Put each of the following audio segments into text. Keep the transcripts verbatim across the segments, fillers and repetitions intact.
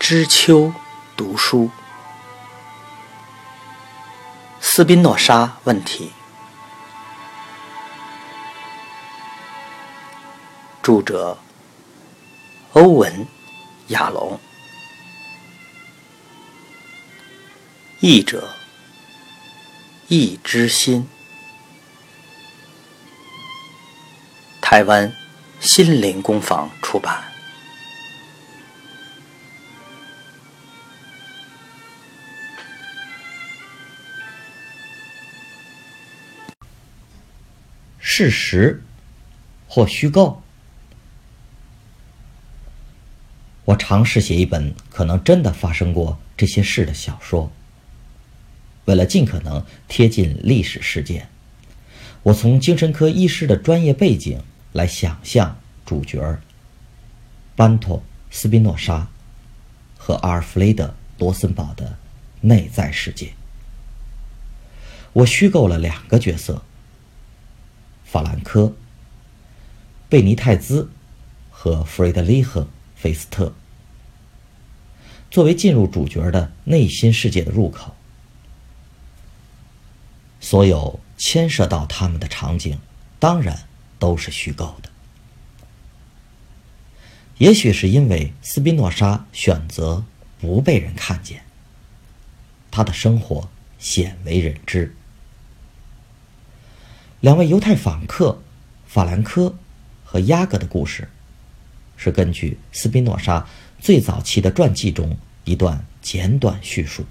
知秋读书，斯宾诺莎问题。著者欧文·亚龙，译者易之心，台湾心灵工坊出版。 事实或虚构。我尝试写一本可能真的发生过这些事的小说。为了尽可能贴近历史事件，我从精神科医师的专业背景来想象主角班托·斯宾诺莎和阿尔弗雷德·罗森堡的内在世界。我虚构了两个角色，法兰科、贝尼泰兹和弗瑞德里赫·菲斯特，作为进入主角的内心世界的入口。所有牵涉到他们的场景当然都是虚构的。也许是因为斯宾诺莎选择不被人看见，他的生活鲜为人知。两位犹太访客法兰科和雅各的故事，是根据斯宾诺莎最早期的传记中一段简短叙述。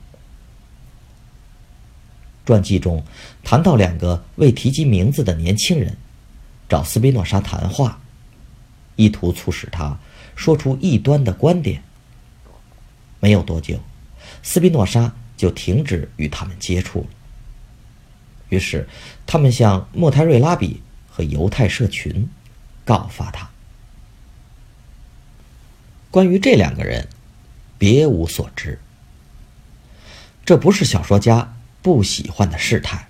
传记中谈到两个未提及名字的年轻人找斯宾诺莎谈话，意图促使他说出异端的观点。没有多久，斯宾诺莎就停止与他们接触了。于是他们向莫泰瑞拉比和犹太社群告发他。关于这两个人，别无所知。这不是小说家不喜欢的事态。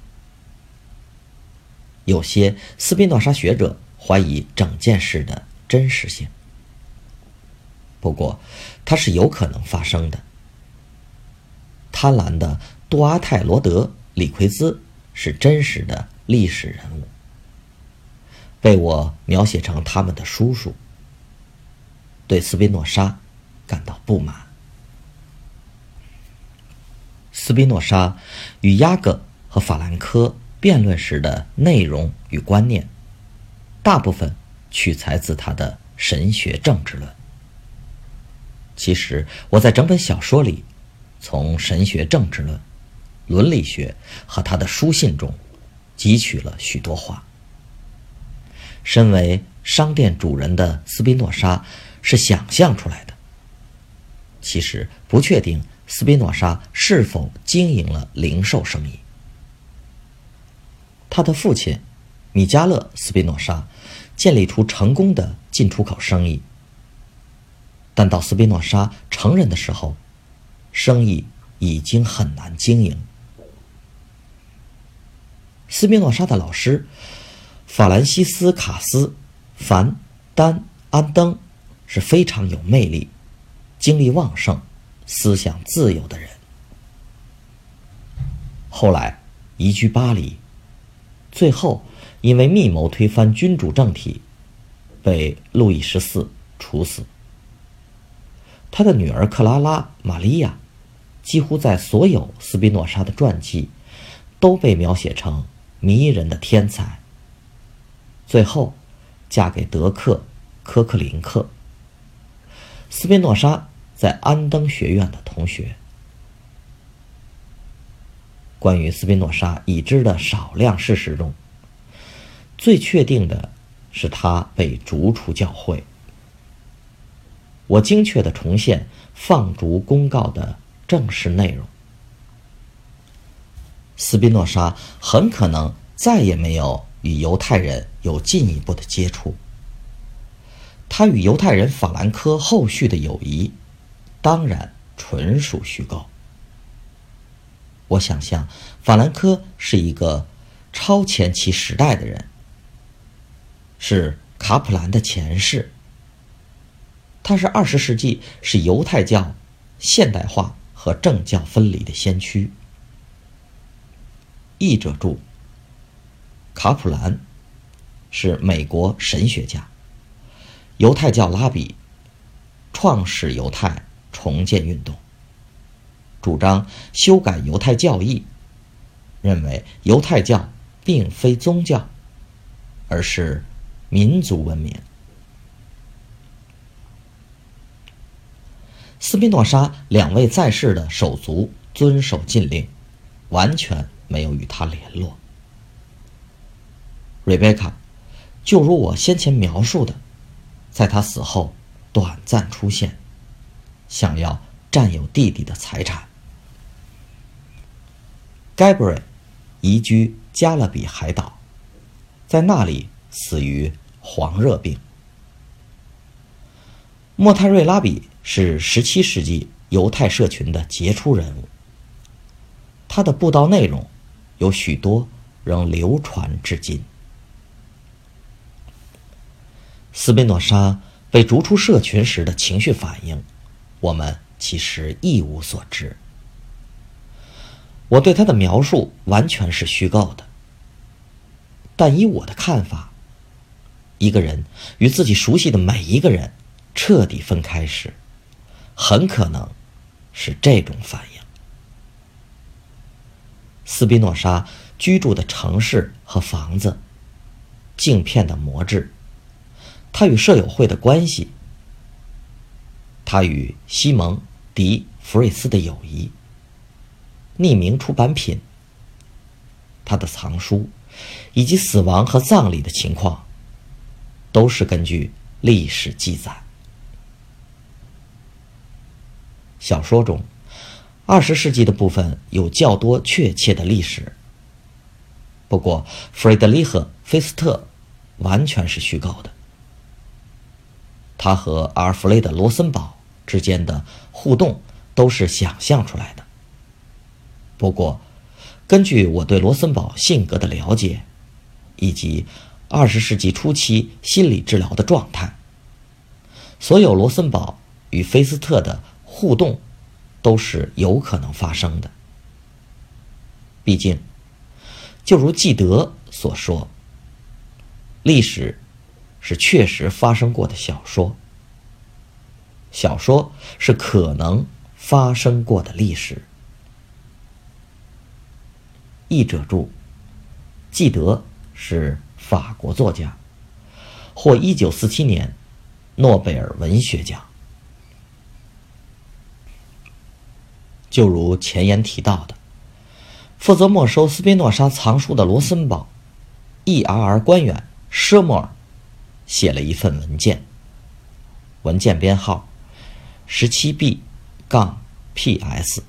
有些斯宾诺莎学者怀疑整件事的真实性，不过它是有可能发生的。贪婪的杜阿泰罗德·里奎兹是真实的历史人物，被我描写成他们的叔叔，对斯宾诺莎感到不满。斯宾诺莎与雅各和法兰科辩论时的内容与观念，大部分取材自他的神学政治论。其实我在整本小说里，从神学政治论、伦理学和他的书信中汲取了许多话。身为商店主人的斯宾诺莎是想象出来的，其实不确定斯宾诺莎是否经营了零售生意。他的父亲米迦勒·斯宾诺莎建立出成功的进出口生意，但到斯宾诺莎成人的时候，生意已经很难经营。斯宾诺莎的老师法兰西斯卡斯·凡·丹·安登是非常有魅力、精力旺盛、思想自由的人。后来移居巴黎，最后因为密谋推翻君主政体，被路易十四处死。他的女儿克拉拉·玛利亚几乎在所有斯宾诺莎的传记都被描写成迷人的天才，最后嫁给德克·科克林克，斯宾诺莎在安登学院的同学。关于斯宾诺莎已知的少量事实中，最确定的是他被逐出教会。我精确地重现放逐公告的正式内容。斯宾诺莎很可能再也没有与犹太人有进一步的接触。他与犹太人法兰科后续的友谊当然纯属虚构。我想象法兰科是一个超前其时代的人，是卡普兰的前世。他是二十世纪使犹太教现代化和政教分离的先驱。译者注：卡普兰是美国神学家，犹太教拉比，创始犹太重建运动，主张修改犹太教义，认为犹太教并非宗教，而是民族文明。斯宾诺莎两位在世的手足遵守禁令，完全没有与他联络。瑞贝卡就如我先前描述的，在他死后短暂出现，想要占有弟弟的财产。盖布瑞移居加勒比海岛，在那里死于黄热病。莫泰瑞拉比是十七世纪犹太社群的杰出人物，他的布道内容有许多仍流传至今。斯宾诺莎被逐出社群时的情绪反应，我们其实一无所知。我对他的描述完全是虚构的，但以我的看法，一个人与自己熟悉的每一个人彻底分开时，很可能是这种反应。斯宾诺莎居住的城市和房子，镜片的模制，他与舍友会的关系，他与西蒙·迪·弗瑞斯的友谊，匿名出版品，他的藏书，以及死亡和葬礼的情况，都是根据历史记载。小说中，二十世纪的部分有较多确切的历史，不过弗雷德里赫·菲斯特完全是虚构的。他和阿尔弗雷德·罗森堡之间的互动都是想象出来的。不过，根据我对罗森堡性格的了解，以及二十世纪初期心理治疗的状态，所有罗森堡与菲斯特的互动都是有可能发生的。毕竟，就如纪德所说，历史是确实发生过的小说，小说是可能发生过的历史。译者注：纪德是法国作家，获一九四七年诺贝尔文学奖。就如前言提到的，负责没收斯宾诺莎藏书的罗森堡 E R R 官员舍莫尔写了一份文件，文件编号 十七 B 杠 P S。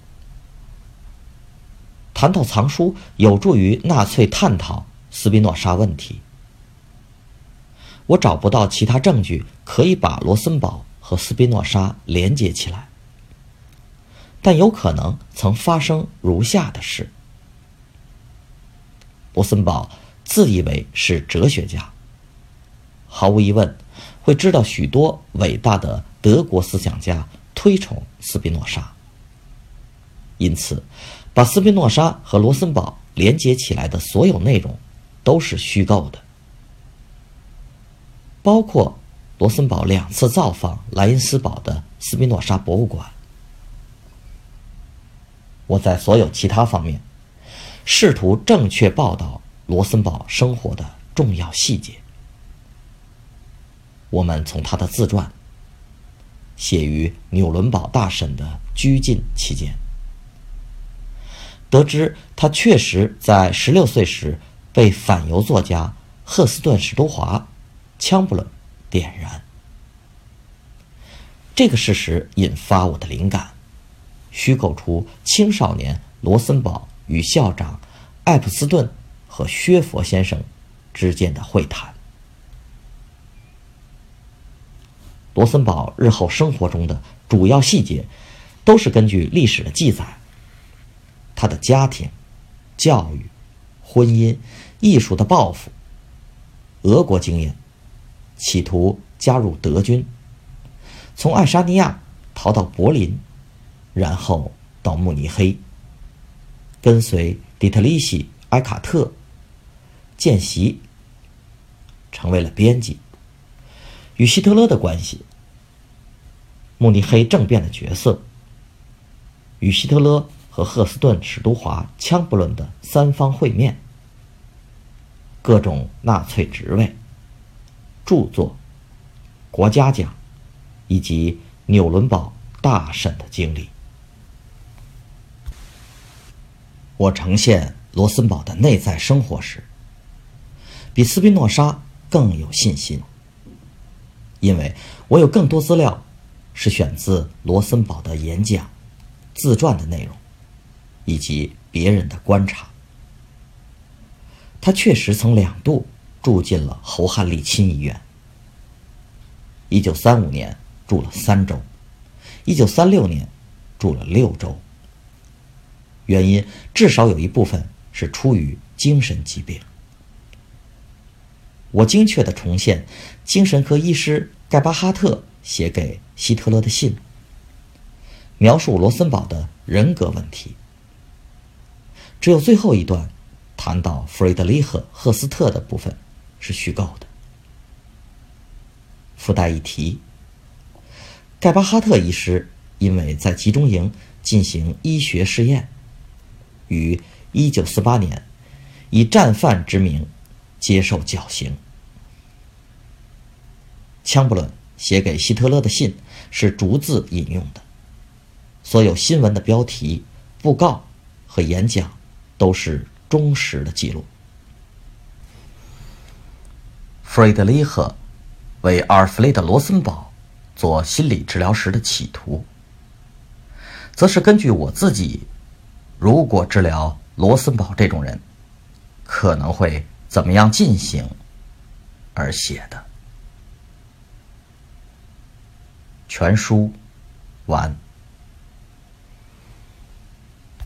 谈到藏书有助于纳粹探讨斯宾诺莎问题，我找不到其他证据可以把罗森堡和斯宾诺莎连接起来，但有可能曾发生如下的事：罗森堡自以为是哲学家，毫无疑问会知道许多伟大的德国思想家推崇斯宾诺莎，因此把斯宾诺莎和罗森堡连接起来的所有内容都是虚构的，包括罗森堡两次造访莱茵斯堡的斯宾诺莎博物馆。我在所有其他方面试图正确报道罗森堡生活的重要细节。我们从他的自传，写于纽伦堡大审的拘禁期间，得知他确实在十六岁时被反犹作家赫斯顿·史都华·枪布伦点燃。这个事实引发我的灵感，虚构出青少年罗森堡与校长艾普斯顿和薛佛先生之间的会谈。罗森堡日后生活中的主要细节都是根据历史的记载，他的家庭、教育、婚姻、艺术的抱负、俄国经验，企图加入德军，从爱沙尼亚逃到柏林， 然后到慕尼黑，跟随底特里希·埃卡特见习，成为了编辑。与希特勒的关系，慕尼黑政变的角色，与希特勒和赫斯顿·史都华、枪不伦的三方会面，各种纳粹职位、著作、国家奖，以及纽伦堡大审的经历。我呈现罗森堡的内在生活时，比斯宾诺莎更有信心，因为我有更多资料是选自罗森堡的演讲、自传的内容，以及别人的观察。他确实曾两度住进了侯汉利钦医院。一九三五年住了三周，一九三六年住了六周。原因至少有一部分是出于精神疾病。我精确地重现精神科医师盖巴哈特写给希特勒的信，描述罗森堡的人格问题。只有最后一段谈到弗雷德里赫·赫斯特的部分是虚构的。附带一提，盖巴哈特医师因为在集中营进行医学试验，于一九四八年以战犯之名接受绞刑。枪不伦写给希特勒的信是逐字引用的，所有新闻的标题、布告和演讲都是忠实的记录。弗雷德里赫为阿尔弗雷德·罗森堡做心理治疗时的企图，则是根据我自己如果治疗罗森堡这种人可能会怎么样进行而写的。全书完。